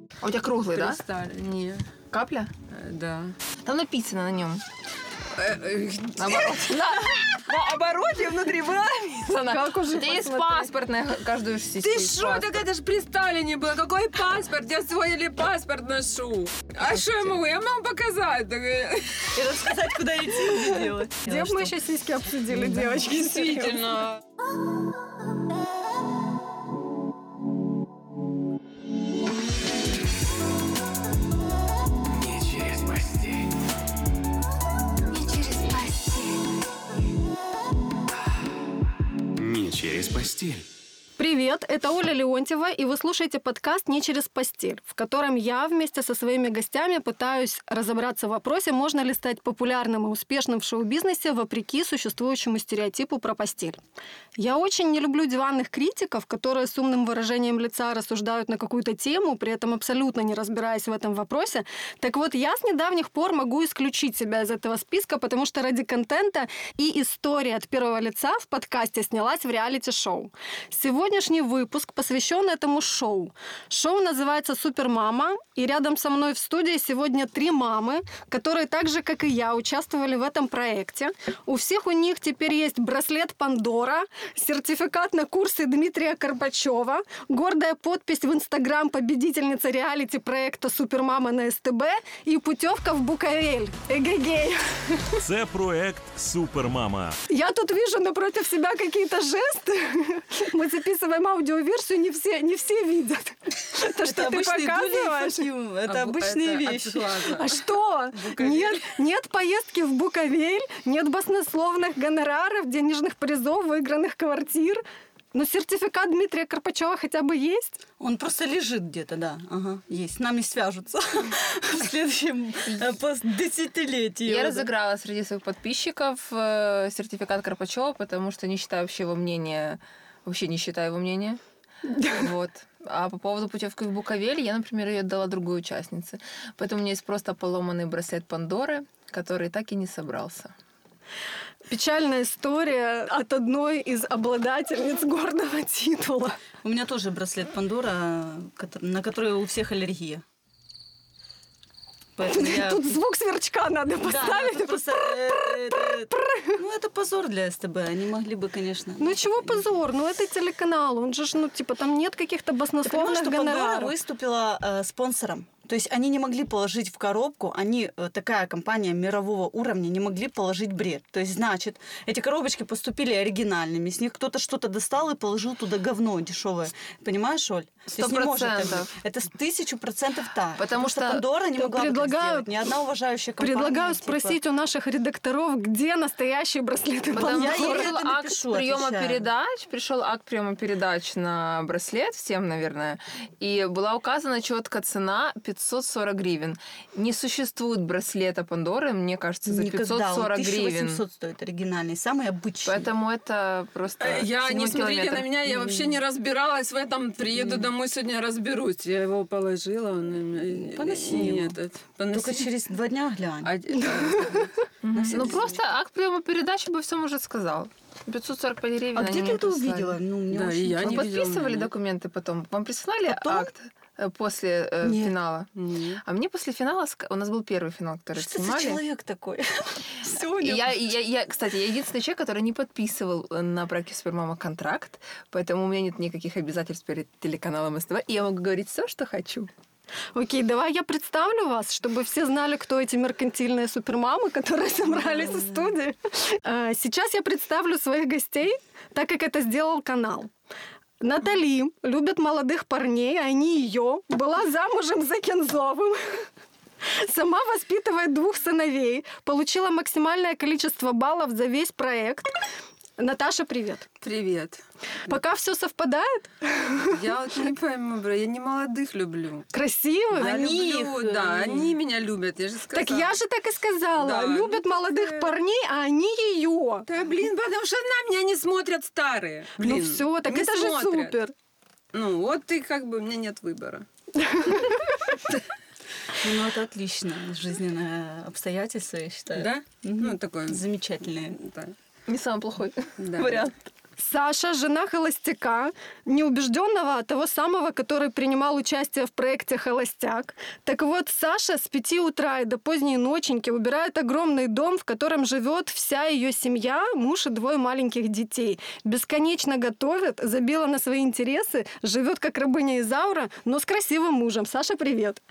А у тебя круглый, да? Не. Капля? Да. Там написано на нем. Наоборот. На обороте внутри было написано. Как уже? У тебя есть паспорт на каждую сиську. Ты шо? Так это ж при Сталине было. Какой паспорт? Я свой или паспорт ношу. А что я могу? Я могу показать. И рассказать, куда идти, что делать. Где бы мы еще сиськи обсудили, девочки? Действительно. Не через постель. Привет, это Оля Леонтьева, и вы слушаете подкаст «Не через постель», в котором я вместе со своими гостями пытаюсь разобраться в вопросе, можно ли стать популярным и успешным в шоу-бизнесе вопреки существующему стереотипу про постель. Я очень не люблю диванных критиков, которые с умным выражением лица рассуждают на какую-то тему, при этом абсолютно не разбираясь в этом вопросе. Так вот, я с недавних пор могу исключить себя из этого списка, потому что ради контента и истории от первого лица в подкасте снялась в реалити-шоу. Сегодняшний выпуск посвящен этому шоу. Шоу называется «Супермама», и рядом со мной в студии сегодня 3 мамы, которые так же, как и я, участвовали в этом проекте. У всех у них теперь есть браслет Пандора, сертификат на курсы Дмитрия Карпачева, гордая подпись в Инстаграм победительницы реалити-проекта «Супермама» на СТБ и путевка в Буковель. Эгегей! Це проект «Супермама». Я тут вижу напротив себя какие-то жесты. Мы записываем аудиоверсию, не все видят. То, что ты показываешь. Это обычные вещи. А что? Нет поездки в Буковель, нет баснословных гонораров, денежных призов, выигранных квартир. Но сертификат Дмитрия Карпачева хотя бы есть? Он просто лежит где-то, да. Ага, есть. С нами свяжутся в следующем десятилетии. Я разыграла среди своих подписчиков сертификат Карпачева, потому что не считаю вообще его мнение... Вообще не считаю его мнения. Вот. А по поводу путевки в Буковель, я, например, ее отдала другой участнице. Поэтому у меня есть просто поломанный браслет Пандоры, который так и не собрался. Печальная история от одной из обладательниц гордого титула. У меня тоже браслет Пандора, на который у всех аллергия. Тут звук сверчка надо поставить. Да, это позор для СТБ. Они могли бы, конечно... Ну чего позор? Ну это телеканал. Он же, там нет каких-то баснословных гонораров. Пандора выступила спонсором. То есть они не могли положить в коробку, такая компания мирового уровня, не могли положить бред. То есть, значит, эти коробочки поступили оригинальными, с них кто-то что-то достал и положил туда говно дешевое. Понимаешь, Оль? 100%. Это 1000% так. Потому что Пандора не могла бы так сделать. Ни одна уважающая компания. Предлагаю спросить у наших редакторов, где настоящие браслеты Пандора. Пришел акт приема передач на браслет всем, наверное, и была указана четко цена 540 гривен. Не существует браслета Пандоры, мне кажется, за 540 гривен. 1800 стоит оригинальный, самый обычный. Поэтому это просто... Не смотрите на меня, я вообще не разбиралась в этом. Приеду домой, сегодня разберусь. Я его положила. Поноси его. Только через 2 дня глянь. Ну, просто акт приема передачи бы все может сказал. 545 гривен. А где ты это увидела? Да, и я не видела. Подписывали документы потом? Вам присылали акт? После финала. Нет. А мне после финала... У нас был первый финал, который что снимали. Что за человек такой? Кстати, я единственный человек, который не подписывал на проекте «Супермама» контракт, поэтому у меня нет никаких обязательств перед телеканалом СТВ, и я могу говорить все, что хочу. Окей, давай я представлю вас, чтобы все знали, кто эти меркантильные супермамы, которые собрались в студии. Сейчас я представлю своих гостей, так как это сделал канал. Натали любит молодых парней, а не ее. Была замужем за Кензовым. Сама воспитывает 2 сыновей. Получила максимальное количество баллов за весь проект. Наташа, привет. Привет. Пока все совпадает? Я вот не пойму, я не молодых люблю. Красивых? Они меня любят, я же сказала. Так я же так и сказала. Да, любят молодых парней, а они ее. Да, потому что на меня не смотрят старые. Ну все, так это же супер. Ну, вот ты у меня нет выбора. Ну, это отлично. Жизненное обстоятельство, я считаю. Да? Ну, такое. Замечательное. Да. Не самый плохой вариант. Саша, жена холостяка, неубежденного, а того самого, который принимал участие в проекте «Холостяк». Так вот, Саша с 5 утра и до поздней ноченьки убирает огромный дом, в котором живет вся ее семья, муж и 2 маленьких детей. Бесконечно готовит, забила на свои интересы, живет как рабыня Изаура, но с красивым мужем. Саша, привет.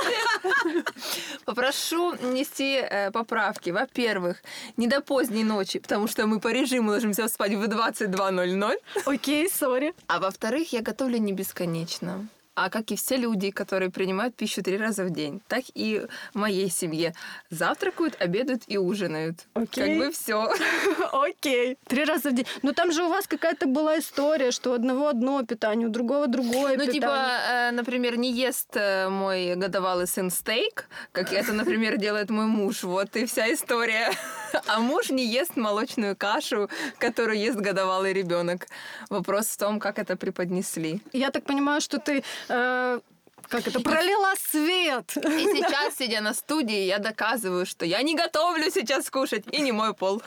Попрошу нести поправки. Во-первых, не до поздней ночи, потому что мы по режиму ложимся спать в 22:00. Окей, сори. А во-вторых, я готовлю не бесконечно. А как и все люди, которые принимают пищу 3 раза в день, так и в моей семье завтракают, обедают и ужинают. Окей. Как бы все. Окей. 3 раза в день. Но там же у вас какая-то была история, что у одного одно питание, у другого другое Ну, питание. типа, например, не ест мой годовалый сын стейк, как это, например, делает мой муж. Вот и вся история. А муж не ест молочную кашу, которую ест годовалый ребенок. Вопрос в том, как это преподнесли. Я так понимаю, что ты пролила свет. И сейчас, сидя на студии, я доказываю, что я не готовлю сейчас кушать и не мою пол.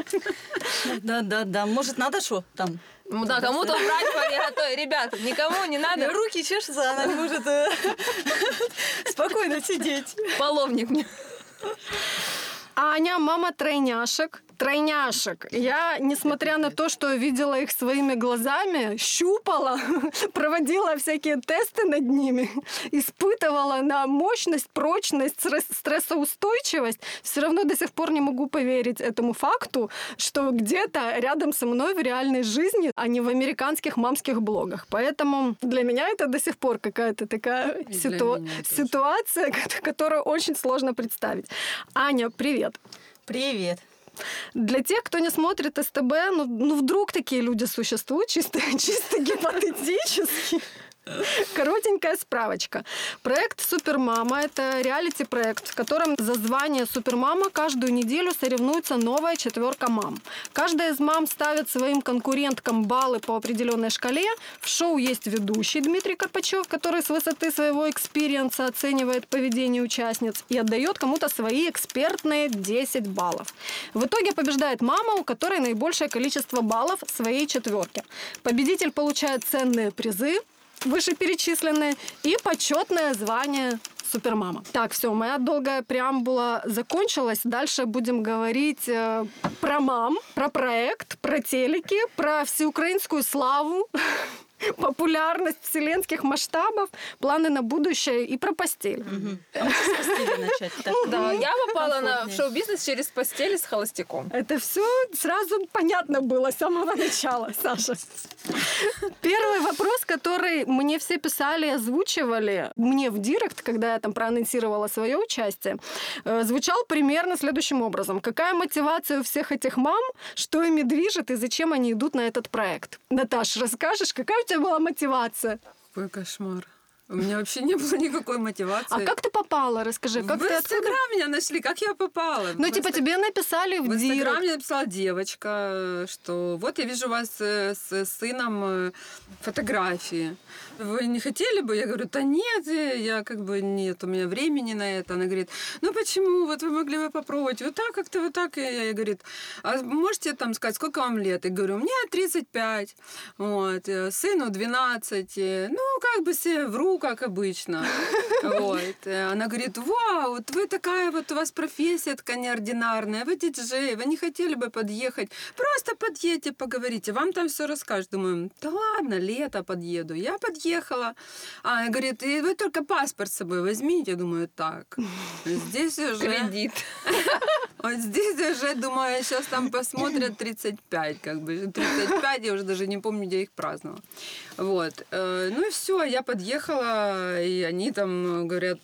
Да. Может, надо что там? Ну да, кому-то брать приготовить. Ребят, никому не надо. Руки чешутся, она не может спокойно сидеть. Половник мне. Аня, мама тройняшек. Я, несмотря на то, что видела их своими глазами, щупала, проводила всякие тесты над ними, испытывала на мощность, прочность, стрессоустойчивость, все равно до сих пор не могу поверить этому факту, что где-то рядом со мной в реальной жизни, а не в американских мамских блогах. Поэтому для меня это до сих пор какая-то такая ситуация, которую очень сложно представить. Аня, привет. Привет. Для тех, кто не смотрит СТБ, ну вдруг такие люди существуют, чисто гипотетически. Коротенькая справочка. Проект «Супермама» — это реалити-проект, в котором за звание «Супермама» каждую неделю соревнуется новая 4 мам. Каждая из мам ставит своим конкуренткам баллы по определенной шкале. В шоу есть ведущий Дмитрий Карпачев, который с высоты своего экспириенса оценивает поведение участниц и отдает кому-то свои экспертные 10 баллов. В итоге побеждает мама, у которой наибольшее количество баллов в своей 4. Победитель получает ценные призы, вышеперечисленные, и почетное звание «Супермама». Так, все, моя долгая преамбула закончилась. Дальше будем говорить про мам, про проект, про телеки, про всеукраинскую славу, популярность вселенских масштабов, планы на будущее и про постель. С постели начать. Да, я попала в шоу-бизнес через постель с холостяком. Это все сразу понятно было с самого начала, Саша. Первый вопрос, который мне все писали и озвучивали мне в директ, когда я там проанонсировала свое участие, звучал примерно следующим образом. Какая мотивация у всех этих мам, что ими движет и зачем они идут на этот проект? Наташ, расскажешь, какая у тебя была мотивация? Какой кошмар. У меня вообще не было никакой мотивации. А как ты попала? Расскажи, как в ты Инстаграм меня нашли, как я попала? Ну, типа, тебе написали в Инстаграм директ. мне написала девочка, что вот я вижу вас с сыном фотографии. Вы не хотели бы? Я говорю, да нет, я нет у меня времени на это. Она говорит, ну почему? Вот вы могли бы попробовать. Вот так как-то, вот так. Я говорит, а можете там сказать, сколько вам лет? Я говорю, мне 35, вот, сыну 12. Ну, как бы все вру, как обычно. Вот. Она говорит, вау, вот вы такая, вот у вас профессия такая неординарная, вы диджей, вы не хотели бы подъехать? Просто подъедьте, поговорите, вам там все расскажут. Думаю, да ладно, лето подъеду. Я подъехала. Она говорит, и вы только паспорт с собой возьмите. Я думаю, так, здесь уже... Кредит. Вот здесь уже, думаю, сейчас там посмотрят 35, 35, я уже даже не помню, где их праздновала. Вот. Ну и все, я подъехала, и они там говорят,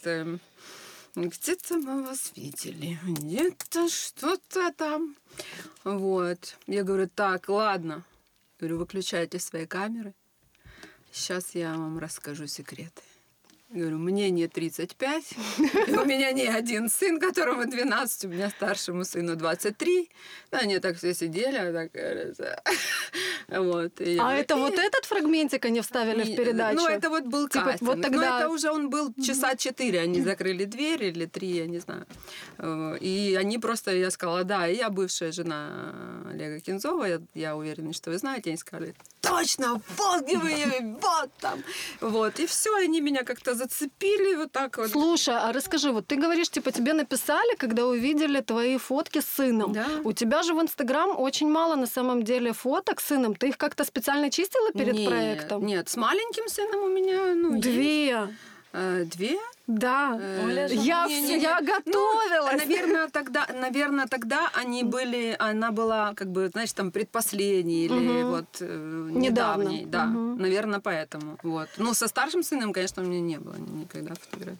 где-то мы вас видели, где-то что-то там. Вот. Я говорю, так, ладно. Говорю, выключайте свои камеры. Сейчас я вам расскажу секреты. Говорю, мне не 35, и у меня не один сын, которому 12, у меня старшему сыну 23. Они так все сидели, так, Вот. И я А говорю, это вот этот фрагментик они вставили в передачу? Ну, это вот был Типа, кастинг. вот тогда- Но это уже он был часа 4. Они закрыли дверь или 3, я не знаю. И они просто, я сказала, да, и я бывшая жена Олега Кензова, я уверена, что вы знаете. Они сказали, точно, вот где вы, вот там. Вот. И все, они меня как-то зацепили вот так вот. Слушай, а расскажи, вот ты говоришь, типа, тебе написали, когда увидели твои фотки с сыном. Да. У тебя же в Инстаграм очень мало на самом деле фоток с сыном. Ты их как-то специально чистила перед Нет, проектом? Нет, с маленьким сыном у меня, ну, есть. 2. 2? Да. Оля же- Я Не-не-не. готовилась. Наверное, тогда они были, она была, как бы, знаешь, там предпоследней или вот недавней. Да, наверное, поэтому. Вот. Ну, со старшим сыном, конечно, у меня не было никогда фотографий.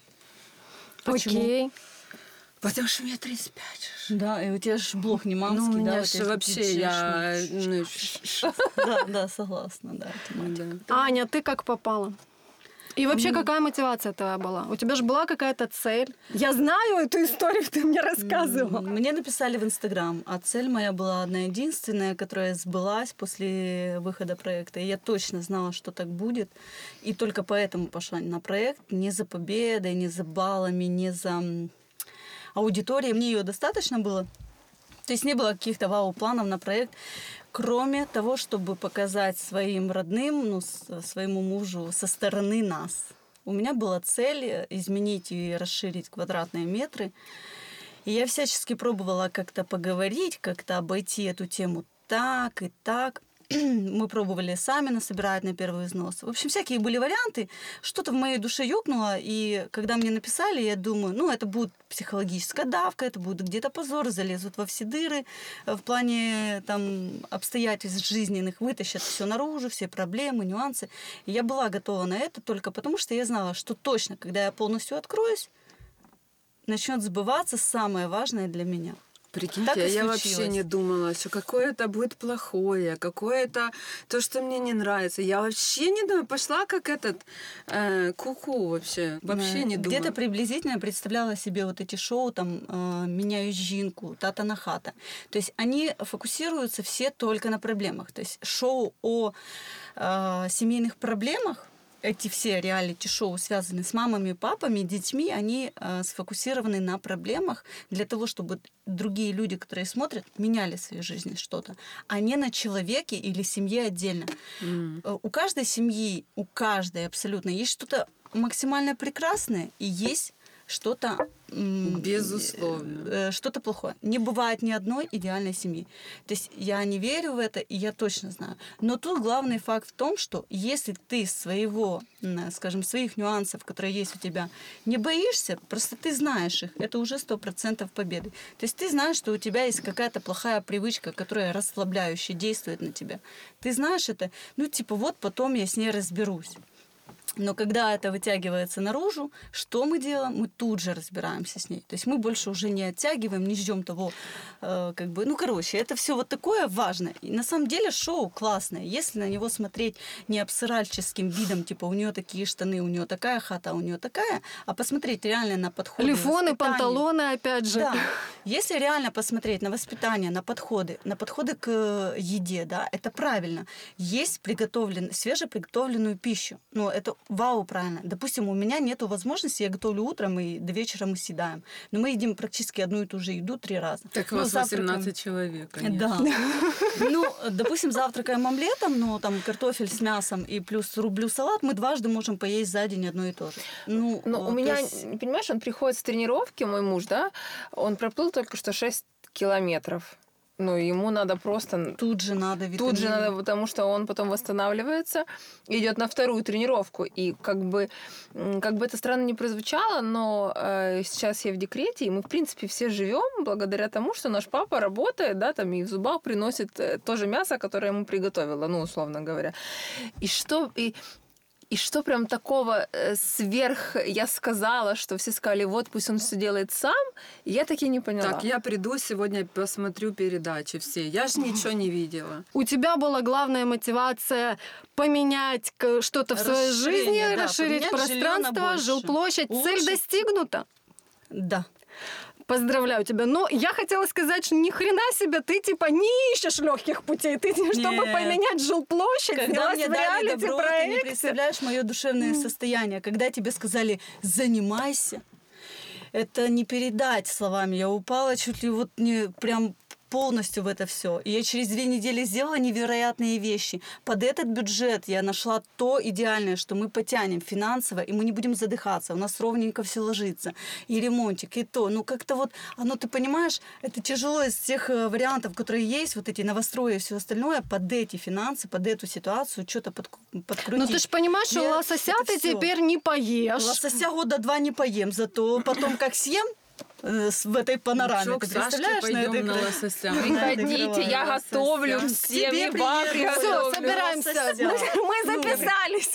Окей. Потому что мне 35 же. Да, и у тебя же блог не мамский, Ну, у меня да? у же тебя вообще, бюджет, я... ну, Да, согласна, да. да. Аня, ты как попала? И вообще, какая мотивация твоя была? У тебя же была какая-то цель? Я знаю эту историю, ты мне рассказывала. Мне написали в Инстаграм, а цель моя была одна единственная, которая сбылась после выхода проекта. И я точно знала, что так будет. И только поэтому пошла на проект. Не за победой, не за баллами, не за аудиторией. Мне ее достаточно было. То есть не было каких-то вау-планов на проект, кроме того, чтобы показать своим родным, ну, своему мужу со стороны нас. У меня была цель изменить и расширить квадратные метры. И я всячески пробовала как-то поговорить, как-то обойти эту тему так и так. Мы пробовали сами насобирать на первый взнос. В общем, всякие были варианты. Что-то в моей душе ёкнуло, и когда мне написали, я думаю, ну, это будет психологическая давка, это будет где-то позор, залезут во все дыры в плане там обстоятельств жизненных, вытащат все наружу, все проблемы, нюансы. И я была готова на это только потому, что я знала, что точно, когда я полностью откроюсь, начнет сбываться самое важное для меня. Прикиньте, Так и я случилось. вообще не думала, что какое-то будет плохое, какое-то то, что мне не нравится. Я вообще не думала, пошла как этот куку вообще. Вообще не думала. Где-то приблизительно представляла себе вот эти шоу, там, «Меняю жінку», «Тата на хата». То есть они фокусируются все только на проблемах. То есть шоу о семейных проблемах, эти все реалити-шоу, связанные с мамами, папами, детьми, они сфокусированы на проблемах для того, чтобы другие люди, которые смотрят, меняли в своей жизни что-то, а не на человеке или семье отдельно. У каждой семьи, у каждой абсолютно есть что-то максимально прекрасное и есть что-то... Безусловно. Что-то плохое. Не бывает ни одной идеальной семьи. То есть я не верю в это, и я точно знаю. Но тут главный факт в том, что если ты своего, скажем, своих нюансов, которые есть у тебя, не боишься, просто ты знаешь их, это уже 100% победы. То есть ты знаешь, что у тебя есть какая-то плохая привычка, которая расслабляюще действует на тебя. Ты знаешь это, ну типа вот потом я с ней разберусь. Но когда это вытягивается наружу, что мы делаем? Мы тут же разбираемся с ней. То есть мы больше уже не оттягиваем, не ждем того, как бы, ну, короче, это все вот такое важное. И на самом деле шоу классное. Если на него смотреть не обсыральческим видом, типа у нее такие штаны, у нее такая хата, у нее такая, а посмотреть реально на подходы. Лифоны, воспитание. панталоны, опять же. Да. Если реально посмотреть на воспитание, на подходы к еде, да, это правильно. Есть свежеприготовленную пищу. Ну, это вау, правильно. Допустим, у меня нет возможности, я готовлю утром, и до вечера мы съедаем. Но мы едим практически одну и ту же еду 3 раза. Так у Ну, вас завтракаем. 18 человек, конечно. Да. Ну, допустим, завтракаем омлетом, но там картофель с мясом и плюс рублю салат, мы дважды можем поесть за день одно и то же. Ну, Но у то меня, есть- понимаешь, он приходит с тренировки, мой муж, да, он проплыл только что 6 километров. Ну, ему надо просто... Тут же надо витамины. Тут же надо, потому что он потом восстанавливается, идет на вторую тренировку. И как бы это странно не прозвучало, но сейчас я в декрете, и мы, в принципе, все живем благодаря тому, что наш папа работает, да, там, и в зубах приносит то же мясо, которое ему приготовила, ну, условно говоря. И что прям такого сверх я сказала, что все сказали, вот пусть он все делает сам, я таки не поняла. Так, я приду сегодня, посмотрю передачи все. Я же ничего не видела. У тебя была главная мотивация поменять что-то в своей Расширение, жизни, да, расширить поменять жильё на пространство, больше. жилплощадь. Цель Улучшить. достигнута. Да. Поздравляю тебя. Но я хотела сказать, что ни хрена себе, ты типа не ищешь легких путей. Ты, чтобы Нет. поменять жилплощадь, Когда снялась мне в дали добро, ты не реалити-проекте. представляешь мое душевное состояние. Когда тебе сказали «занимайся», это не передать словами. Я упала чуть ли вот не прям полностью в это все. И я через 2 недели сделала невероятные вещи. Под этот бюджет я нашла то идеальное, что мы потянем финансово, и мы не будем задыхаться. У нас ровненько все ложится. И ремонтик, и то. Ну, как-то вот оно, ты понимаешь, это тяжело из тех вариантов, которые есть, вот эти новострои и все остальное, под эти финансы, под эту ситуацию что-то подкрутить. Ну ты ж понимаешь, что Нет, лосося это ты всё. теперь не поешь. Лосося года 2 не поем, зато потом как съем в этой панораме. Ничего, Ты к Сашке представляешь, пойдем этой на кры- лосося. Приходите, я готовлю К всем, тебе и вам приеду. Все, готовлю. собираемся. лосося. Мы записались.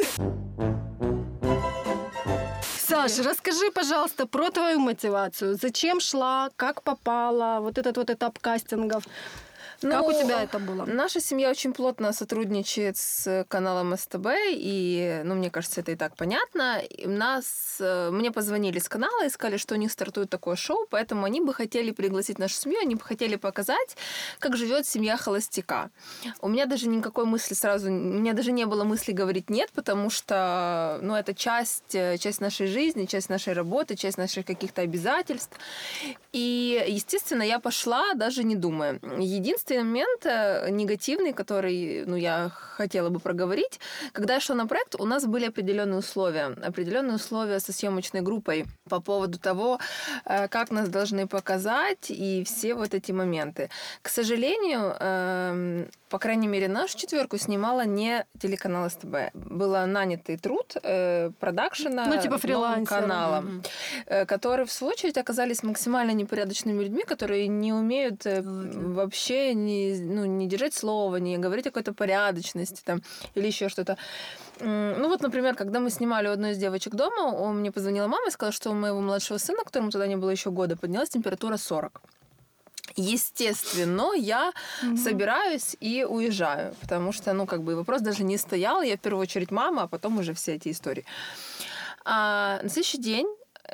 Саш, расскажи, пожалуйста, про твою мотивацию. Зачем шла, как попала, вот этот вот этап кастингов. Как у тебя это было? Наша семья очень плотно сотрудничает с каналом СТБ, и, ну, мне кажется, это и так понятно. И мне позвонили с канала и сказали, что у них стартует такое шоу, поэтому они бы хотели пригласить нашу семью, они бы хотели показать, как живет семья холостяка. У меня даже никакой мысли сразу, у меня даже не было мысли говорить нет, потому что, ну, это часть нашей жизни, часть нашей работы, часть наших каких-то обязательств. И, естественно, я пошла, даже не думая. Единственный момент негативный, который, ну, я хотела бы проговорить, когда я шла на проект, у нас были определенные условия со съемочной группой по поводу того, как нас должны показать и все вот эти моменты. К сожалению, по крайней мере, нашу четверку снимала не телеканал СТБ. Был нанятый труд продакшена, Ну, типа фрилансер. каналом, которые, в свою очередь, оказались максимально непорядочными людьми, которые не умеют вообще не держать слова, не говорить о какой-то порядочности там, или еще что-то. Ну вот, например, когда мы снимали у одной из девочек дома, мне позвонила мама и сказала, что у моего младшего сына, которому тогда не было еще года, поднялась температура 40. Естественно, я собираюсь и уезжаю, потому что, ну, как бы вопрос даже не стоял. Я в первую очередь мама, а потом уже все эти истории. А на следующий день,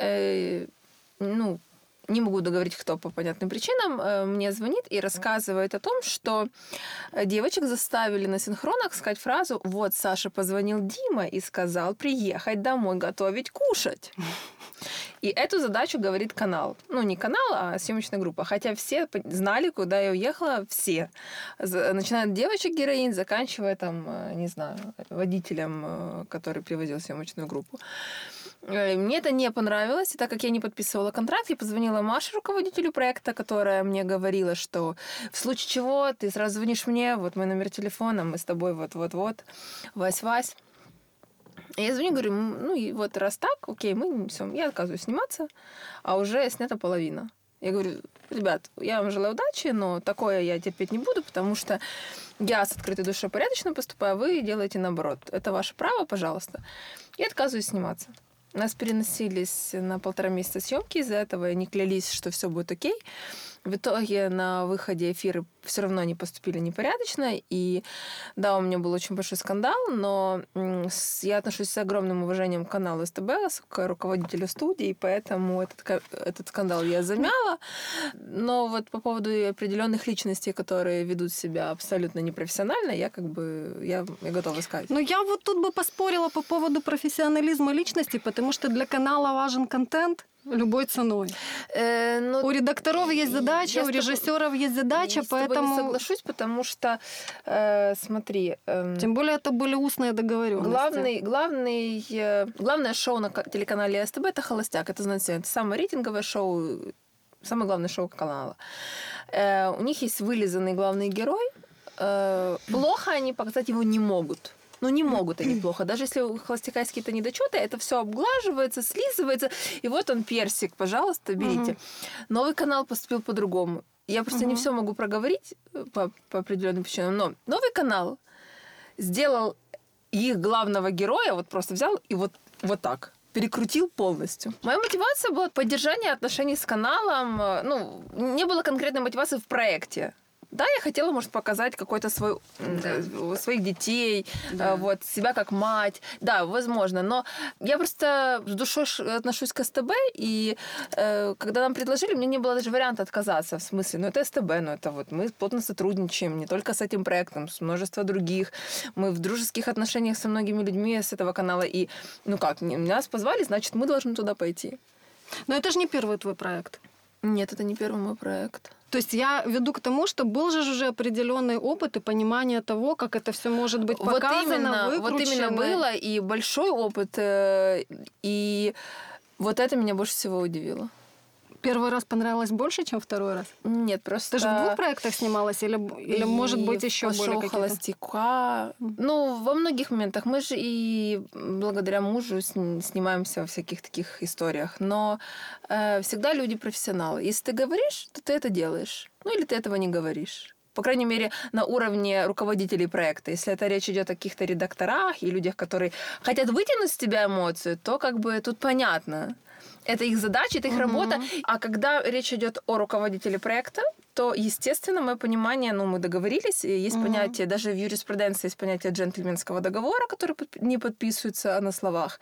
не могу договорить, кто по понятным причинам, мне звонит и рассказывает о том, что девочек заставили на синхронах сказать фразу: «Вот Саша позвонил Дима и сказал приехать домой готовить, кушать». И эту задачу говорит канал. Ну, не канал, а съемочная группа. Хотя все знали, куда я уехала, все. Начиная от девочек-героинь, заканчивая, там, не знаю, водителем, который привозил съемочную группу. Мне это не понравилось, и так как я не подписывала контракт, я позвонила Маше, руководителю проекта, которая мне говорила, что в случае чего ты сразу звонишь мне, вот мой номер телефона, мы с тобой вот-вот-вот, Вась-Вась. И я звоню, говорю, ну и вот раз так, окей, я отказываюсь сниматься, а уже снята половина. Я говорю, ребят, я вам желаю удачи, но такое я терпеть не буду, потому что я с открытой душой порядочно поступаю, а вы делаете наоборот. Это ваше право, пожалуйста. И отказываюсь сниматься. Нас переносились на 1,5 месяца съемки из-за этого, и они клялись, что все будет окей. В итоге на выходе эфиры все равно не поступили непорядочно. И да, у меня был очень большой скандал, но я отношусь с огромным уважением к каналу СТБ, к руководителю студии, поэтому этот скандал я замяла. Но вот по поводу определенных личностей, которые ведут себя абсолютно непрофессионально, я готова сказать. Ну, я вот тут бы поспорила по поводу профессионализма личности, потому что для канала важен контент любой ценой. У редакторов есть задача, у режиссеров есть задача, я поэтому... с тобой не соглашусь, потому что, смотри... Тем более это были устные договоренности. Главное шоу на телеканале СТБ — это «Холостяк». Это, знаете, это самое рейтинговое шоу, самое главное шоу канала. У них есть вылизанный главный герой. Плохо они показать его не могут. Ну, не могут они плохо. Даже если у холостяка есть какие-то недочеты, это все обглаживается, слизывается. И вот он, персик, пожалуйста, берите. Новый канал поступил по-другому. Я просто не все могу проговорить по определенным причинам. Но новый канал сделал их главного героя, вот просто взял и вот так перекрутил полностью. Моя мотивация была поддержание отношений с каналом. Ну, не было конкретной мотивации в проекте. Да, я хотела, может, показать какой-то своих детей, вот, себя как мать. Да, возможно. Но я просто с душой отношусь к СТБ, и когда нам предложили, мне не было даже варианта отказаться. В смысле, это СТБ, это вот мы плотно сотрудничаем не только с этим проектом, с множеством других. Мы в дружеских отношениях со многими людьми с этого канала. И, нас позвали, значит, мы должны туда пойти. Но это же не первый твой проект. Нет, это не первый мой проект. То есть я веду к тому, что был же уже определенный опыт и понимание того, как это все может быть показано, выкручено. Вот именно было, и большой опыт, и вот это меня больше всего удивило. Первый раз понравилось больше, чем второй раз? Нет, просто... Ты же в 2 проектах снималась или может быть, еще более какие-то? «Холостяка». Во многих моментах. Мы же и благодаря мужу снимаемся во всяких таких историях. Но всегда люди профессионалы. Если ты говоришь, то ты это делаешь. Или ты этого не говоришь. По крайней мере, на уровне руководителей проекта. Если это речь идет о каких-то редакторах и людях, которые хотят вытянуть с тебя эмоцию, то тут понятно. Это их задача, это их работа. А когда речь идет о руководителе проекта, то, естественно, мое понимание, мы договорились, есть понятие, даже в юриспруденции есть понятие джентльменского договора, который не подписывается на словах.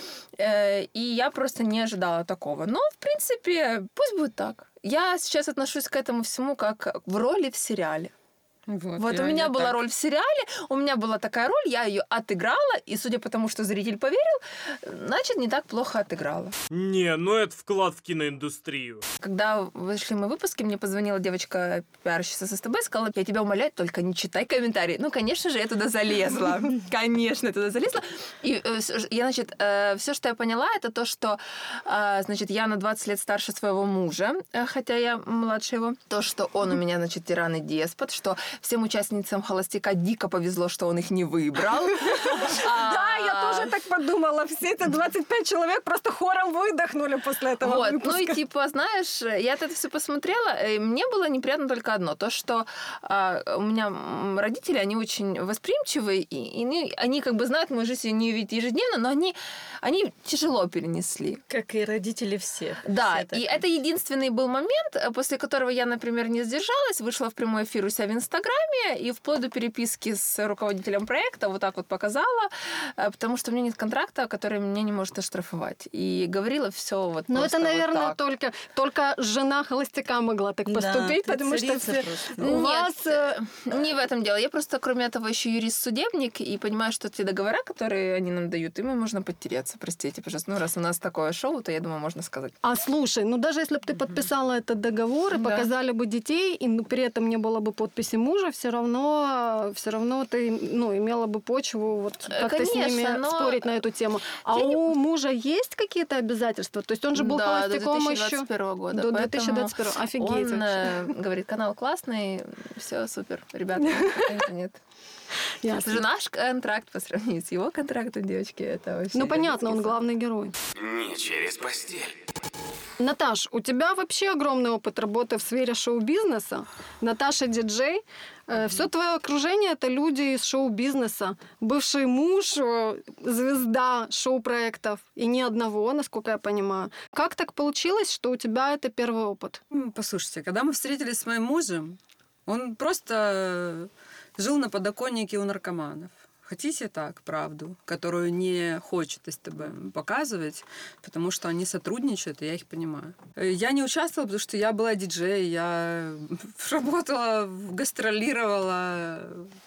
И я просто не ожидала такого. Но, в принципе, пусть будет так. Я сейчас отношусь к этому всему как в роли в сериале. Вот у меня была роль в сериале, у меня была такая роль, я ее отыграла, и судя по тому, что зритель поверил, значит, не так плохо отыграла. Не, это вклад в киноиндустрию. Когда вышли мои выпуски, мне позвонила девочка-пиарщица с СТБ, сказала: я тебя умоляю, только не читай комментарии. Конечно же, я туда залезла. Конечно, я туда залезла. И я, все, что я поняла, это то, что, я на 20 лет старше своего мужа, хотя я младше его. То, что он у меня, тиран и деспот, что всем участницам «Холостяка» дико повезло, что он их не выбрал. Да, я тоже так подумала. Все эти 25 человек просто хором выдохнули после этого выпуска. Знаешь, я это все посмотрела, и мне было неприятно только одно. То, что у меня родители, они очень восприимчивые, и они знают мою жизнь, они ее видят ежедневно, но они тяжело перенесли. Как и родители всех. Да, и это единственный был момент, после которого я, например, не сдержалась, вышла в прямой эфир у себя в Инстаграме и вплоть до переписки с руководителем проекта вот так вот показала, потому что у меня нет контракта, который меня не может оштрафовать. И говорила все вот. Но это, наверное, только жена холостяка могла так поступить, потому что у вас... Не в этом дело. Я просто, кроме этого, еще юрист-судебник, и понимаю, что те договора, которые они нам дают, ими можно подтереться. Простите, пожалуйста. Раз у нас такое шоу, то, я думаю, можно сказать. А слушай, даже если бы ты подписала этот договор и показали бы детей, и при этом не было бы подписи мужа, все равно ты имела бы почву как-то с ними спорить на эту тему. А у мужа есть какие-то обязательства? То есть он же был холостяком еще... До 2021 года. До 2021. Офигеть. Он говорит: канал классный, все супер. Ребята, нет. Ясно. Это же наш контракт по сравнению с его контрактом, девочки. Это вообще... понятно, он главный герой. Не через постель. Наташ, у тебя вообще огромный опыт работы в сфере шоу-бизнеса. Наташа диджей. Все твое окружение — это люди из шоу-бизнеса. Бывший муж, звезда шоу-проектов. И ни одного, насколько я понимаю. Как так получилось, что у тебя это первый опыт? Послушайте, когда мы встретились с моим мужем, он просто жил на подоконнике у наркоманов. Хотите так, правду, которую не хочет СТБ показывать, потому что они сотрудничают, и я их понимаю. Я не участвовала, потому что я была диджей, я работала, гастролировала.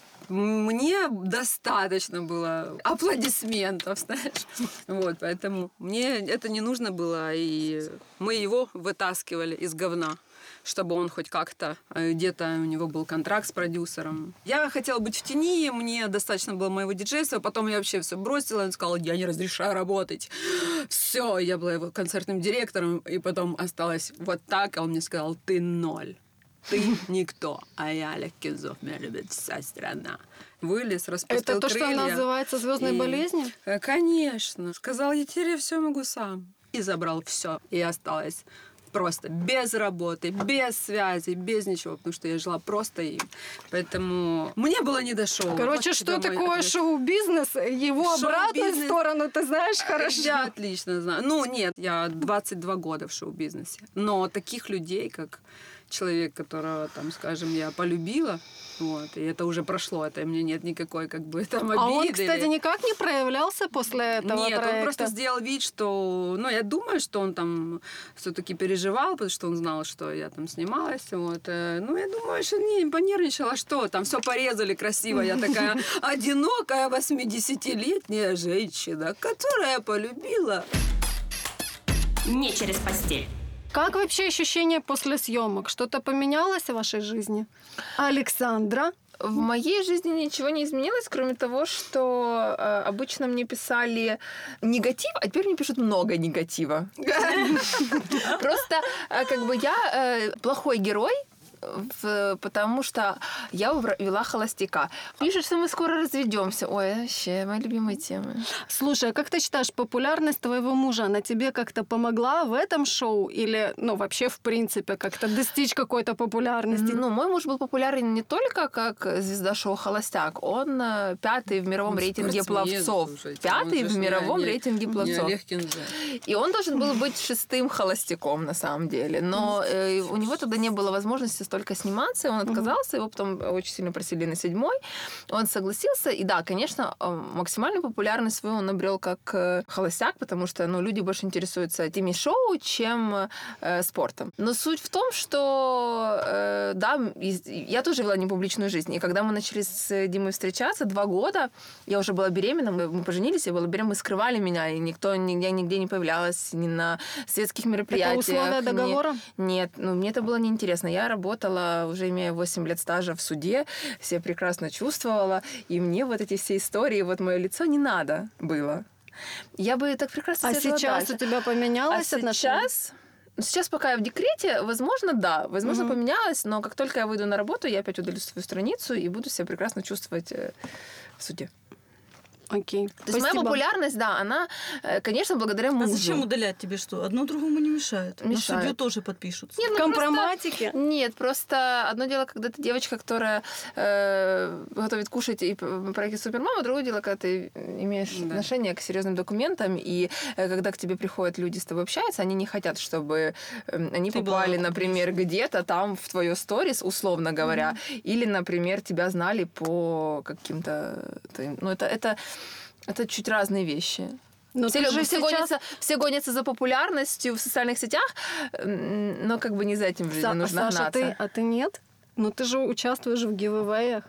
Мне достаточно было аплодисментов, знаешь. Поэтому мне это не нужно было, и мы его вытаскивали из говна, чтобы он хоть как-то, где-то у него был контракт с продюсером. Я хотела быть в тени, мне достаточно было моего диджейства, потом я вообще все бросила, он сказал: я не разрешаю работать. Все, я была его концертным директором, и потом осталась вот так, а он мне сказал: ты ноль. Ты никто, а я Олег Кензов, меня любит вся страна. Вылез, распустил крылья. Это то, что называется звездной болезнью? Конечно. Сказал: я теперь все могу сам. И забрал все. И осталась просто без работы, без связи, без ничего, потому что я жила просто им. Поэтому мне было не до шоу. Короче, что такое шоу-бизнес? Его обратную сторону ты знаешь хорошо? Я отлично знаю. Нет, я 22 года в шоу-бизнесе. Но таких людей, как человек, которого, там, скажем, я полюбила, вот, и это уже прошло, это мне нет никакой, как бы, там, обиды. А он, кстати, никак не проявлялся после этого Нет, проекта? он просто сделал вид, что... Ну, я думаю, что он там все-таки переживал, потому что он знал, что я там снималась. Вот. Ну, я думаю, что не понервничала, что там все порезали красиво. Я такая одинокая 80-летняя женщина, которая полюбила. Не через постель. Как вообще ощущения после съемок? Что-то поменялось в вашей жизни? Александра? В моей жизни ничего не изменилось, кроме того, что обычно мне писали негатив, а теперь мне пишут много негатива. Просто как бы я плохой герой, потому что я вела холостяка. Пишет, что мы скоро разведемся. Ой, вообще, мои любимые темы. Слушай, а как ты считаешь, популярность твоего мужа, она тебе как-то помогла в этом шоу? Или, ну, вообще, в принципе, как-то достичь какой-то популярности? Ну, мой муж был популярен не только как звезда шоу «Холостяк», он 5-й в мировом рейтинге пловцов. 5-й в мировом рейтинге пловцов. И он должен был быть 6-м холостяком, на самом деле. Но у него тогда не было возможности столько сниматься, он отказался, его потом очень сильно просили на 7-й. Он согласился, и да, конечно, максимальную популярность свою он обрел как холостяк, потому что, ну, люди больше интересуются теми шоу, чем спортом. Но суть в том, что, да, я тоже вела непубличную жизнь, и когда мы начали с Димой встречаться, 2 года, я уже была беременна, мы поженились, я была беременна, мы скрывали меня, и я нигде не появлялась, ни на светских мероприятиях. Это условия договора? Нет, ну, мне это было неинтересно. Я работала, уже имея 8 лет стажа в суде, себя прекрасно чувствовала, и мне вот эти все истории, вот мое лицо не надо было. Я бы так прекрасно А сейчас дальше. У тебя поменялось отношение? Сейчас, пока я в декрете, возможно, да. Возможно, поменялось, но как только я выйду на работу, я опять удалю свою страницу и буду себя прекрасно чувствовать в суде. Окей. То есть моя популярность, да, она, конечно, благодаря мужу. А зачем удалять тебе что? Одно другому не мешает. Мешает. На судью тоже подпишутся. Нет, Компроматики? Нет, просто одно дело, когда ты девочка, которая готовит кушать и проекте «Супермама», другое дело, когда ты имеешь отношение к серьезным документам, и когда к тебе приходят люди, с тобой общаются, они не хотят, чтобы они попали, например, где-то там в твое сторис, условно говоря, или, например, тебя знали по каким-то... Ну, это чуть разные вещи. Но Все гонятся за популярностью в социальных сетях, но как бы не за этим в жизни нужно Саша, гнаться. А ты нет? Ну ты же участвуешь в гивэвэях.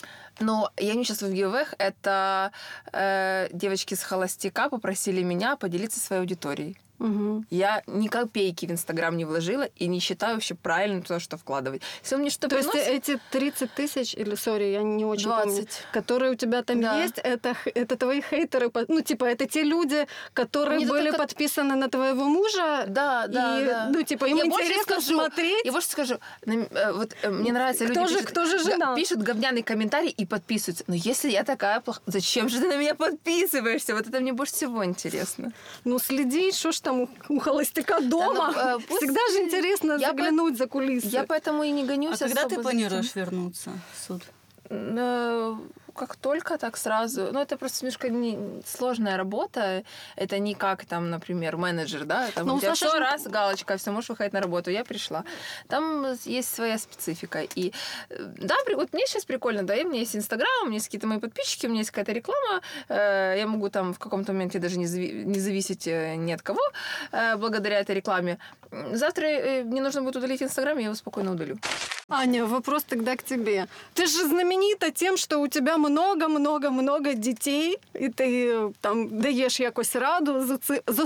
Но я не участвую в гивэвэях. Это девочки с холостяка попросили меня поделиться своей аудиторией. Угу. Я ни копейки в Инстаграм не вложила и не считаю вообще правильным то, что вкладывать. Если он мне что-то То приносит... есть эти 30 тысяч, или, я не очень 20. помню, которые у тебя там есть, это твои хейтеры, ну, типа, это те люди, которые Мне были только... подписаны на твоего мужа. Да. Ну, типа, им интересно смотреть. Я больше скажу, вот мне нравится люди кто же жена? Пишут говняный комментарий и подписываются. Но если я такая плохая, зачем же ты на меня подписываешься? Вот это мне больше всего интересно. Ну, следи, что ж там у холостяка дома. Да, всегда же интересно заглянуть за кулисы. Я поэтому и не гонюсь. А когда ты планируешь вернуться в суд? Как только, так сразу. Ну, это просто немножко сложная работа. Это не как там, например, менеджер, да? Там у тебя все раз, галочка, все, можешь выходить на работу. Я пришла. Там есть своя специфика. И да, вот мне сейчас прикольно, да, у меня есть Инстаграм, у меня есть какие-то мои подписчики, у меня есть какая-то реклама. Я могу там в каком-то моменте даже не зависеть ни от кого благодаря этой рекламе. Завтра мне нужно будет удалить Инстаграм, я его спокойно удалю. Аня, вопрос тогда к тебе. Ты же знаменита тем, что у тебя много-много-много детей, и ты там даєш якось раду з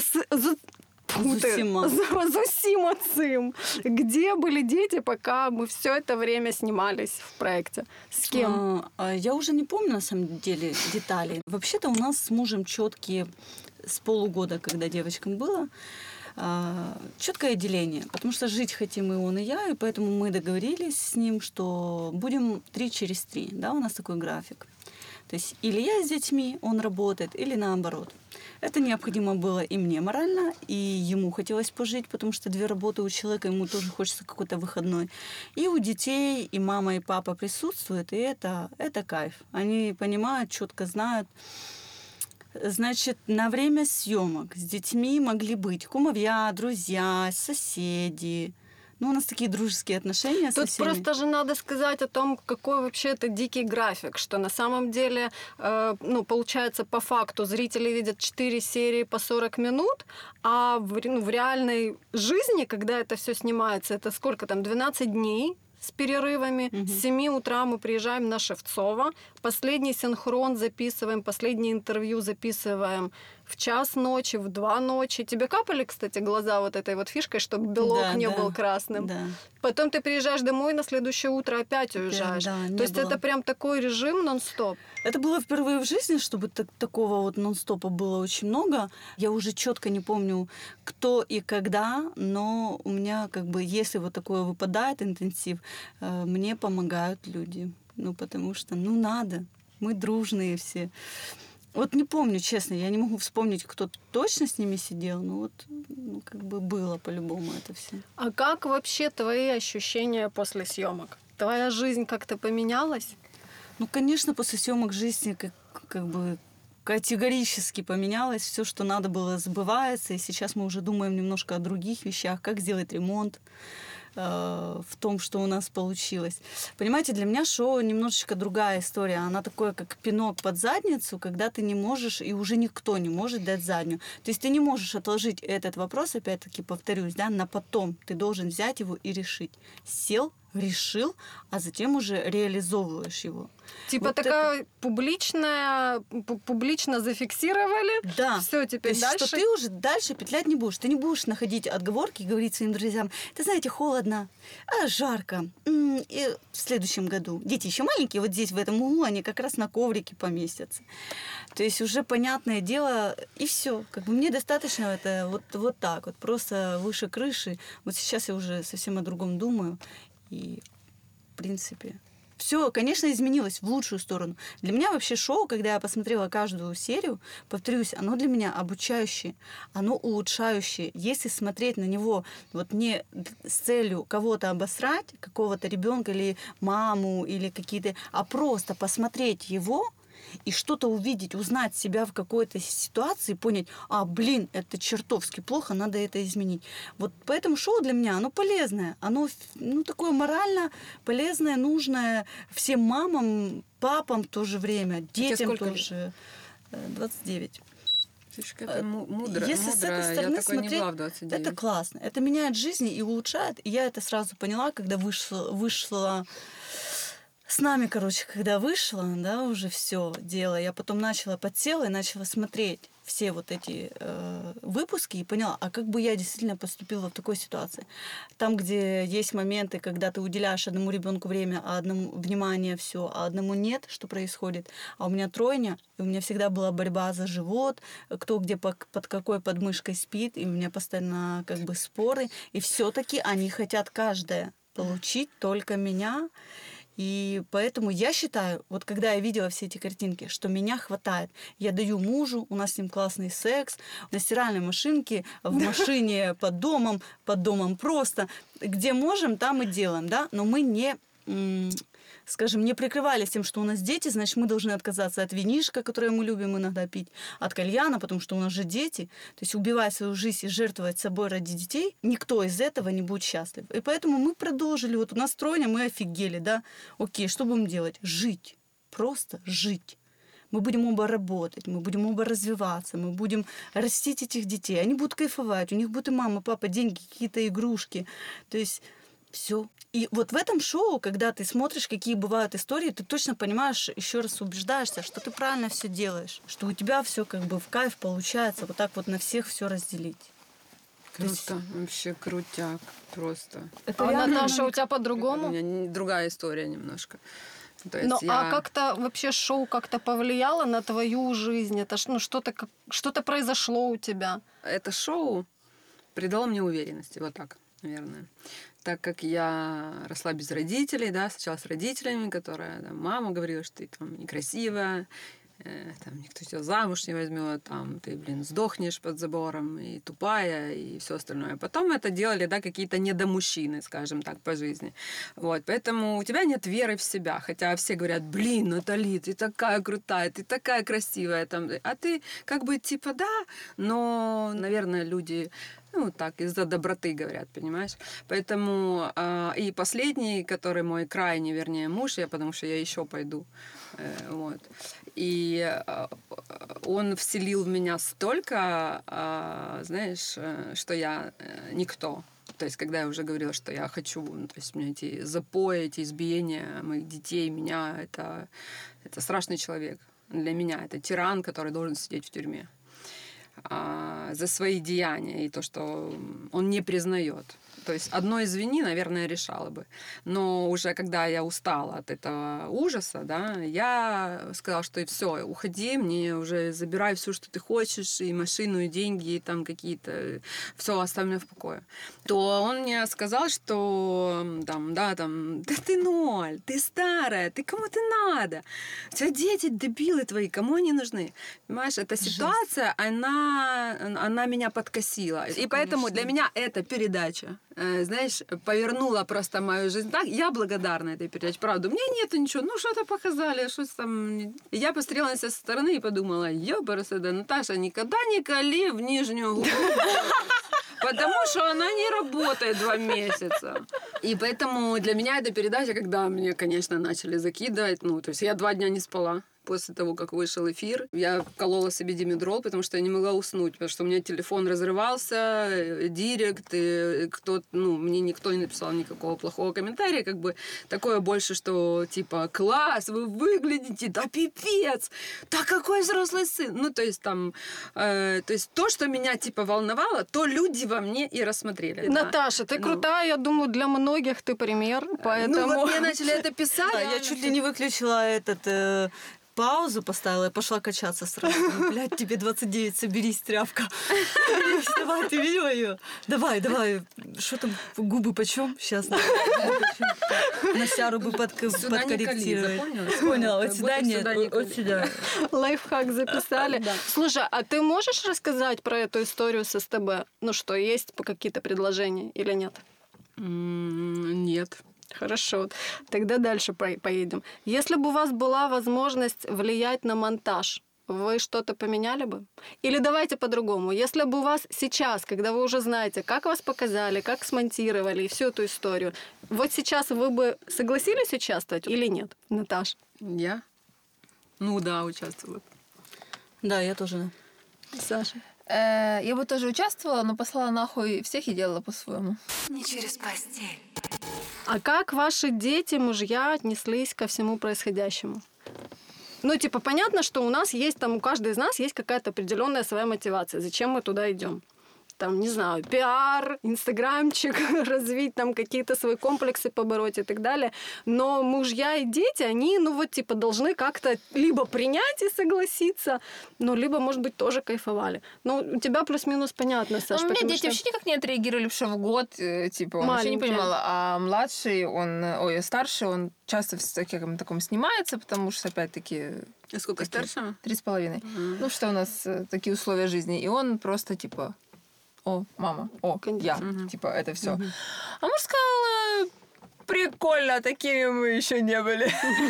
усім оцим. Где были дети, пока мы все это время снимались в проекте? С кем? Я уже не помню, на самом деле, деталей. Вообще-то у нас с мужем четкие с полугода, когда девочкам было, четкое деление, потому что жить хотим и он, и я, и поэтому мы договорились с ним, что будем 3 через 3, да, у нас такой график. То есть или я с детьми, он работает, или наоборот. Это необходимо было и мне морально, и ему хотелось пожить, потому что 2 работы у человека, ему тоже хочется какой-то выходной. И у детей и мама, и папа присутствуют, и это кайф. Они понимают, четко знают. Значит, на время съемок с детьми могли быть кумовья, друзья, соседи, Ну, у нас такие дружеские отношения со Тут всеми. просто же надо сказать о том, какой вообще это дикий график, что на самом деле, получается, по факту зрители видят 4 серии по 40 минут, а в реальной жизни, когда это все снимается, это сколько там, 12 дней с перерывами. С 7 утра мы приезжаем на Шевцово, последний синхрон записываем, последнее интервью записываем в 1 ночи, в 2 ночи. Тебе капали, кстати, глаза вот этой вот фишкой, чтобы белок не был красным? Да. Потом ты приезжаешь домой, на следующее утро опять уезжаешь. Да, То есть это прям такой режим нон-стоп. Это было впервые в жизни, чтобы такого вот нон-стопа было очень много. Я уже четко не помню, кто и когда, но у меня если вот такое выпадает интенсив, мне помогают люди. Потому что, надо. Мы дружные все. Вот не помню, честно, я не могу вспомнить, кто точно с ними сидел, но было по-любому это все. А как вообще твои ощущения после съемок? Твоя жизнь как-то поменялась? Конечно, после съемок жизни категорически поменялось. Все, что надо было, забывается. И сейчас мы уже думаем немножко о других вещах, как сделать ремонт в том, что у нас получилось. Понимаете, для меня шоу немножечко другая история. Она такое, как пинок под задницу, когда ты не можешь, и уже никто не может дать заднюю. То есть ты не можешь отложить этот вопрос, опять-таки повторюсь, на потом. Ты должен взять его и решить. Сел, решил, а затем уже реализовываешь его. Типа вот такая публично зафиксировали. Да. Все, теперь То есть, дальше. что ты уже дальше петлять не будешь. Ты не будешь находить отговорки и говорить своим друзьям: ты знаете, холодно, жарко. И в следующем году. Дети еще маленькие, вот здесь, в этом углу, они как раз на коврике поместятся. То есть уже понятное дело, и все. Мне достаточно это вот так, вот просто выше крыши. Вот сейчас я уже совсем о другом думаю. И, в принципе, все, конечно, изменилось в лучшую сторону. Для меня вообще шоу, когда я посмотрела каждую серию, повторюсь, оно для меня обучающее, оно улучшающее. Если смотреть на него не с целью кого-то обосрать, какого-то ребенка или маму, или какие-то, а просто посмотреть его и что-то увидеть, узнать себя в какой-то ситуации, понять: это чертовски плохо, надо это изменить. Вот поэтому шоу для меня, оно полезное, оно такое морально полезное, нужное всем мамам, папам в то же время, детям тоже. 29. Это мудро. Если с этой стороны я такой смотреть, не была в 29. это классно. Это меняет жизни и улучшает. И я это сразу поняла, когда вышла с нами, когда вышла, уже все дело, я потом подсела и начала смотреть все вот эти выпуски и поняла, а как бы я действительно поступила в такой ситуации. Там, где есть моменты, когда ты уделяешь одному ребенку время, а одному внимание все, а одному нет, что происходит. А у меня тройня, и у меня всегда была борьба за живот, кто где под какой подмышкой спит, и у меня постоянно споры, и все-таки они хотят каждая получить только меня. И поэтому я считаю, вот когда я видела все эти картинки, что меня хватает. Я даю мужу, у нас с ним классный секс, на стиральной машинке, в машине, под домом просто. Где можем, там и делаем, но мы не не прикрывались тем, что у нас дети, значит, мы должны отказаться от винишка, которое мы любим иногда пить, от кальяна, потому что у нас же дети. То есть убивать свою жизнь и жертвовать собой ради детей, никто из этого не будет счастлив. И поэтому мы продолжили. Вот у нас тройня, мы офигели, Окей, что будем делать? Жить. Просто жить. Мы будем оба работать, мы будем оба развиваться, мы будем растить этих детей. Они будут кайфовать, у них будут и мама, папа, деньги, какие-то игрушки. То есть все. И вот в этом шоу, когда ты смотришь, какие бывают истории, ты точно понимаешь, еще раз убеждаешься, что ты правильно все делаешь, что у тебя все в кайф получается, вот так вот на всех все разделить. Круто, вообще крутяк просто. Наташа, у тебя по-другому? У меня другая история немножко. То есть А как-то вообще шоу как-то повлияло на твою жизнь? Это что-то произошло у тебя? Это шоу придало мне уверенности, вот так, наверное. Так как я росла без родителей, сначала с родителями, которая мама говорила, что ты некрасивая, никто тебя замуж не возьмет, ты, сдохнешь под забором, и тупая, и все остальное. Потом это делали, какие-то недомужчины, скажем так, по жизни. Вот, поэтому у тебя нет веры в себя, хотя все говорят: Натали, ты такая крутая, ты такая красивая, а ты но, наверное, люди Ну, так, из-за доброты, говорят, понимаешь? Поэтому и последний, который мой крайний, вернее, муж, потому что я еще пойду. Вот. И он вселил в меня столько, знаешь, что я никто. То есть, когда я уже говорила, что я хочу, то есть, у меня эти запои, эти избиения моих детей, меня, это страшный человек. Для меня это тиран, который должен сидеть в тюрьме за свои деяния и то, что он не признает. То есть одно извини, наверное, решало бы. Но уже когда я устала от этого ужаса, да, я сказала, что и все, уходи, мне уже забирай все, что ты хочешь, и машину, и деньги, и там какие-то, все, оставь меня в покое. То он мне сказал, что да ты ноль, ты старая, ты кому ты надо? У тебя дети, дебилы твои, кому они нужны? Понимаешь, эта ситуация, она меня подкосила. И поэтому для меня эта передача, знаешь, повернула просто мою жизнь так. Я благодарна этой передаче, правда. У меня нету ничего. Ну, что-то показали, что там... И я посмотрела на себя со стороны и подумала, ёбарасада, Наташа, никогда не кали в нижнюю губу. Потому что она не работает 2 месяца. И поэтому для меня эта передача, когда мне, конечно, начали закидывать, ну, то есть я 2 дня не спала. После того, как вышел эфир, я колола себе димедрол, потому что я не могла уснуть, потому что у меня телефон разрывался, директ, и мне никто не написал никакого плохого комментария, как бы такое больше, что типа класс, вы выглядите, да пипец, да какой взрослый сын. Ну, то есть там, то есть то, что меня типа волновало, то люди во мне и рассмотрели. Наташа, ты крутая, я думаю, для многих ты пример, поэтому... Ну, вот мне начали это писать. Да, я чуть ли не выключила паузу поставила и пошла качаться сразу. Блядь, тебе 29, соберись, тряпка. Давай, ты видела ее? Давай. Что там, губы почем? Сейчас. На сяру бы подкорректировать. Поняла, вот сюда нет, вот сюда. Лайфхак записали. Слушай, а ты можешь рассказать про эту историю с СТБ? Ну что, есть какие-то предложения или нет? Нет. Хорошо, тогда дальше поедем. Если бы у вас была возможность влиять на монтаж, вы что-то поменяли бы? Или давайте по-другому. Если бы у вас сейчас, когда вы уже знаете, как вас показали, как смонтировали и всю эту историю, вот сейчас вы бы согласились участвовать или нет, Наташ? Я? Ну да, участвовала. Да, я тоже, да. Саша? Я бы тоже участвовала, но послала нахуй всех и делала по-своему. Не через постель. А как ваши дети, мужья отнеслись ко всему происходящему? Ну, типа, понятно, что у нас есть, там, у каждой из нас есть какая-то определенная своя мотивация. Зачем мы туда идем? Там, не знаю, пиар, инстаграмчик, развить там какие-то свои комплексы побороть и так далее. Но мужья и дети, они, ну вот, типа, должны как-то либо принять и согласиться, ну, либо, может быть, тоже кайфовали. Ну, у тебя плюс-минус понятно, Саш. У меня дети вообще никак не отреагировали, что в год, типа, он вообще не понимал. А младший, старший, он часто в таком снимается, потому что, опять-таки... А сколько старшего? 3,5. Ну, что у нас такие условия жизни. И он просто, типа... О, мама, я. Типа, это все. А муж сказал, прикольно, такими мы еще не были.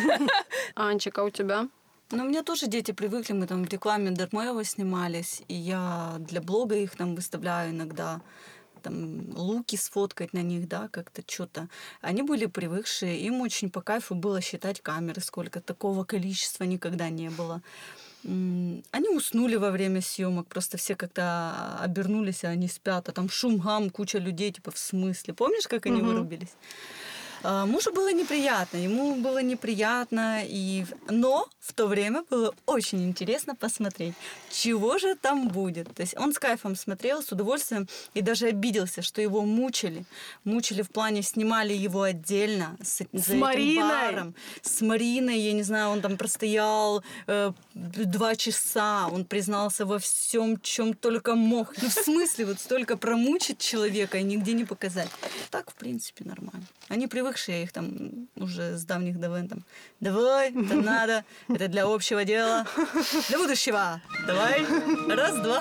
Анчика, у тебя? Ну, у меня тоже дети привыкли, мы там в рекламе Дармоева снимались, и я для блога их там выставляю иногда, там, луки сфоткать на них, да, как-то что-то. Они были привыкшие, им очень по кайфу было считать камеры, сколько такого количества никогда не было. Они уснули во время съемок, просто все как-то обернулись, а они спят, а там шум, гам, куча людей, типа, в смысле? Помнишь, как они вырубились? Мужу было неприятно, ему было неприятно, но в то время было очень интересно посмотреть, чего же там будет. То есть он с кайфом смотрел, с удовольствием, и даже обиделся, что его мучили. Мучили в плане, снимали его отдельно с Мариной. Баром. С Мариной, я не знаю, он там простоял 2 часа, он признался во всем, чем только мог. Ну, в смысле, вот столько промучить человека и нигде не показать. Так, в принципе, нормально. Они привыкшие, я их там уже с давних давен там, давай, это надо, это для общего дела, для будущего. Давай, раз-два.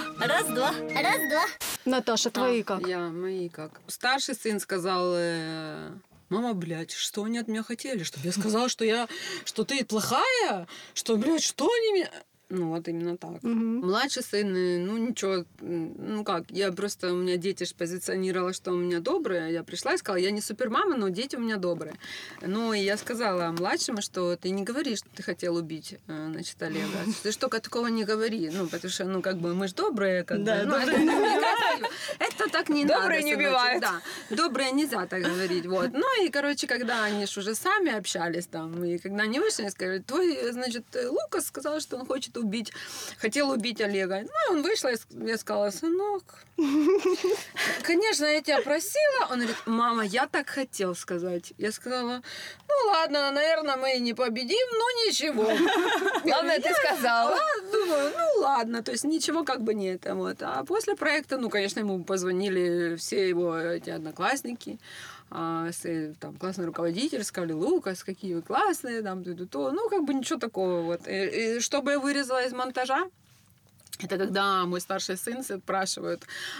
Наташа, твои как? Мои как. Старший сын сказал, мама, блядь, что они от меня хотели? Чтобы я сказала, что ты плохая? Что, блядь, что они меня... Ну, вот именно так. Мгм. Младший сын, ну, ничего, ну как, я просто, у меня дети ж позиционировала, что у меня добрые. Я пришла и сказала, я не супермама, но дети у меня добрые. Ну, и я сказала младшему, что ты не говори, что ты хотел убить, значит, Олега. Ты ж только такого не говори. Ну, потому что, ну, как бы, мы ж добрые, как Да, бы. Ну, добрые это некрасиво. Это так не надо. Добрые не сыночек, убивают. Да, добрые нельзя так говорить. Вот. Ну, и, короче, когда они ж уже сами общались там, и когда они вышли, они сказали, твой, значит, Лукас сказал, что он хочет убить, хотел убить Олега. Ну, он вышел, и я сказала, сынок, конечно, я тебя просила. Он говорит, мама, я так хотел сказать. Я сказала, ну, ладно, наверное, мы и не победим, но ничего. Главное, ты сказала. Думаю, ну, ладно, то есть ничего как бы не это. Вот. А после проекта, ну, конечно, ему позвонили все его эти одноклассники, там, классный руководитель, сказали, Лукас, какие вы классные, там, то, ну, как бы ничего такого, вот. И чтобы я вырезала из монтажа, это когда мой старший сын спрашивает,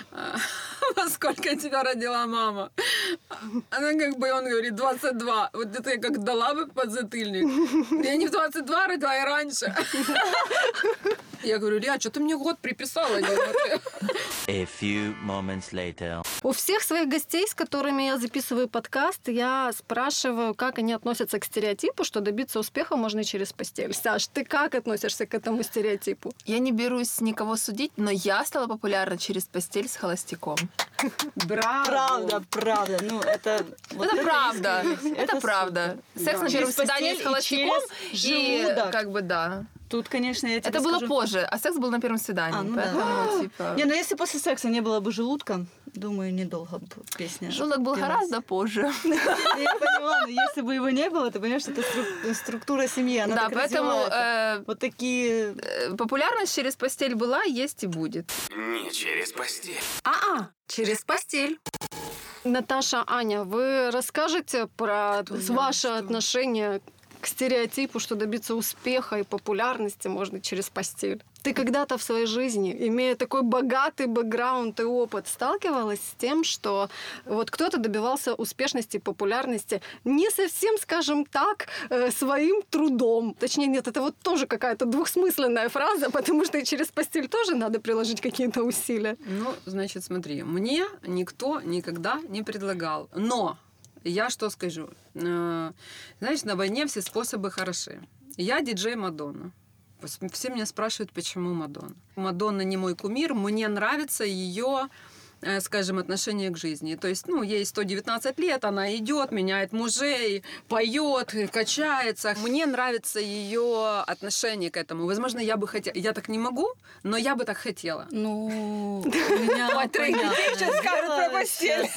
во сколько тебя родила мама? Она как бы, он говорит, 22. Вот это я как дала бы подзатыльник. Я не в 22 родила, и раньше. Я говорю, Илья, что ты мне год приписала? A few moments later. У всех своих гостей, с которыми я записываю подкаст, я спрашиваю, как они относятся к стереотипу, что добиться успеха можно и через постель. Саш, ты как относишься к этому стереотипу? Я не берусь никого судить, но я стала популярна через постель с холостяком. Правда, правда. Ну, это... вот Это правда. искренность. Это правда. супер. Секс Да. на первом Через свидании постель с и холостяком. через И желудок. как бы да. Тут, конечно, я тебе Это было скажу... позже, а секс был на первом свидании. ну да. Поэтому, типа... Не, ну если после секса не было бы желудка, думаю, недолго бы песня. Желудок был пелась. гораздо позже. Я поняла, но если бы его не было, ты понимаешь, что это структура семьи, она Да, так поэтому развивается. Вот такие... популярность через постель была, есть и будет. Не через постель. Через постель. Наташа, Аня, вы расскажете про ваше отношение к стереотипу, что добиться успеха и популярности можно через постель? Ты когда-то в своей жизни, имея такой богатый бэкграунд и опыт, сталкивалась с тем, что вот кто-то добивался успешности, популярности не совсем, скажем так, своим трудом. Точнее, нет, это вот тоже какая-то двухсмысленная фраза, потому что и через постель тоже надо приложить какие-то усилия. Ну, значит, смотри, мне никто никогда не предлагал. Но я что скажу? Знаешь, на войне все способы хороши. Я диджей Мадонна. Все меня спрашивают, почему Мадонна. Мадонна не мой кумир, мне нравится ее, скажем, отношение к жизни. То есть, ну, ей 119 лет, она идет, меняет мужей, поет, качается. Мне нравится ее отношение к этому. Возможно, я бы хотела... Я так не могу, но я бы так хотела. Ну, у меня сейчас скажут про постель.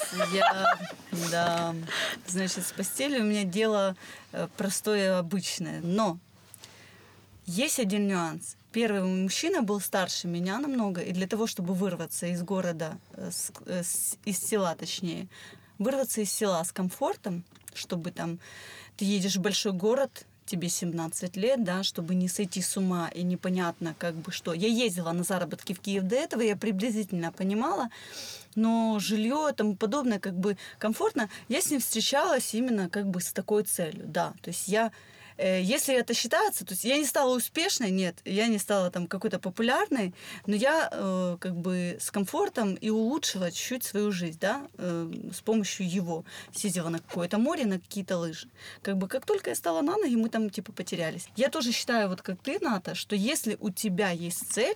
Да, значит, с постелью у меня дело простое, обычное. Но есть один нюанс. Первый мужчина был старше меня намного, и для того, чтобы вырваться из города, из села точнее, вырваться из села с комфортом, чтобы там ты едешь в большой город, тебе 17 лет, да, чтобы не сойти с ума и непонятно как бы что. Я ездила на заработки в Киев до этого, я приблизительно понимала, но жилье и тому подобное как бы комфортно. Я с ним встречалась именно как бы с такой целью, да. То есть я, если это считается, то есть я не стала успешной, нет, я не стала там какой-то популярной, но я как бы с комфортом и улучшила чуть-чуть свою жизнь, да, с помощью его. Съездила на какое-то море, на какие-то лыжи. Как бы как только я стала на ноги, мы там типа потерялись. Я тоже считаю, вот как ты, Ната, что если у тебя есть цель,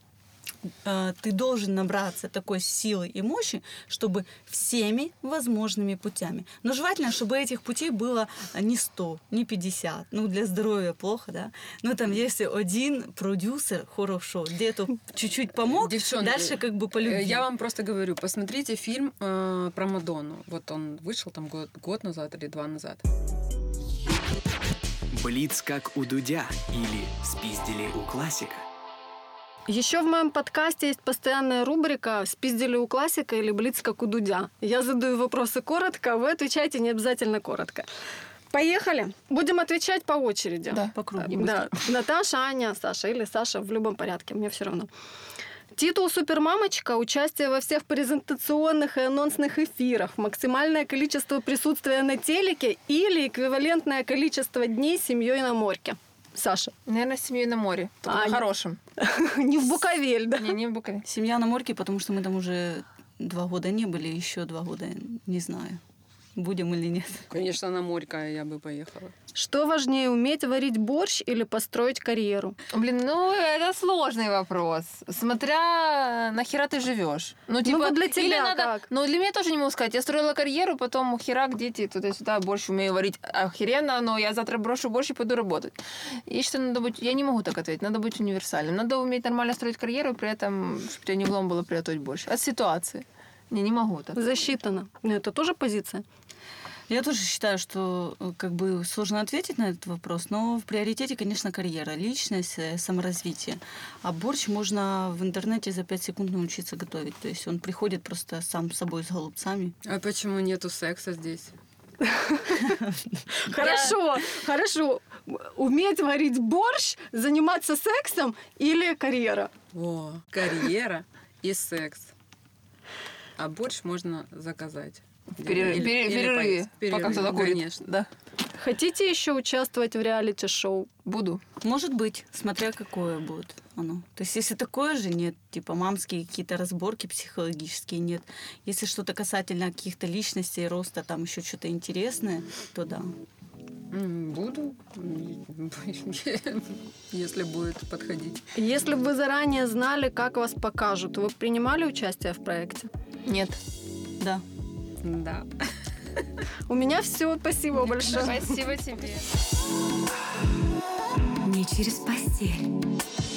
ты должен набраться такой силы и мощи, чтобы всеми возможными путями. Но желательно, чтобы этих путей было не 100, не 50. Ну, для здоровья плохо, да? Ну, там, если один продюсер хорошо, где-то чуть-чуть помог, Девчонки, дальше как бы по любви. Я вам просто говорю, посмотрите фильм про Мадонну. Вот он вышел там год назад или 2 назад. Блиц как у Дудя или спиздили у классика. Еще в моем подкасте есть постоянная рубрика «Спиздили у классика» или «Блиц как у Дудя». Я задаю вопросы коротко, а вы отвечаете не обязательно коротко. Поехали. Будем отвечать по очереди. Да, по кругу. Да. Наташа, Аня, Саша или Саша, в любом порядке, мне все равно. Титул «Супермамочка», участие во всех презентационных и анонсных эфирах, максимальное количество присутствия на телеке или эквивалентное количество дней с семьей на морке. Саша. Наверное, с семьей на море. Только А, на хорошем. Не в Буковель, да? Не в Буковеле. Семья на морке, потому что мы там уже 2 года не были, еще 2 года не знаю, будем или нет. Конечно, на морька я бы поехала. Что важнее, уметь варить борщ или построить карьеру? Блин, ну это сложный вопрос. Смотря нахера ты живешь. Ну, типа, вот для или тебя надо. как? Ну, для меня тоже не могу сказать. Я строила карьеру, потом херак, дети, туда-сюда, борщ умею варить охеренно, но я завтра брошу борщ и пойду работать. И что надо быть. Я не могу так ответить, надо быть универсальным. Надо уметь нормально строить карьеру, при этом, чтобы тебе не влом было приготовить борщ. От ситуации. Не могу так. Засчитано. Ну, это тоже позиция. Я тоже считаю, что как бы сложно ответить на этот вопрос, но в приоритете, конечно, карьера, личность, саморазвитие. А борщ можно в интернете за 5 секунд научиться готовить. То есть он приходит просто сам с собой с голубцами. А почему нету секса здесь? Хорошо. Уметь варить борщ, заниматься сексом или карьера? О, карьера и секс. А борщ можно заказать. Перерывы. Пока кто-то курит. Конечно. Да. Хотите еще участвовать в реалити-шоу? Буду. Может быть, смотря какое будет оно. То есть если такое же, нет, типа мамские какие-то разборки психологические, нет. Если что-то касательно каких-то личностей, роста, там еще что-то интересное, то да. Буду, если будет подходить. Если бы вы заранее знали, как вас покажут, вы принимали участие в проекте? Нет. Да. Да. У меня все. Спасибо большое. Спасибо тебе. Не через постель.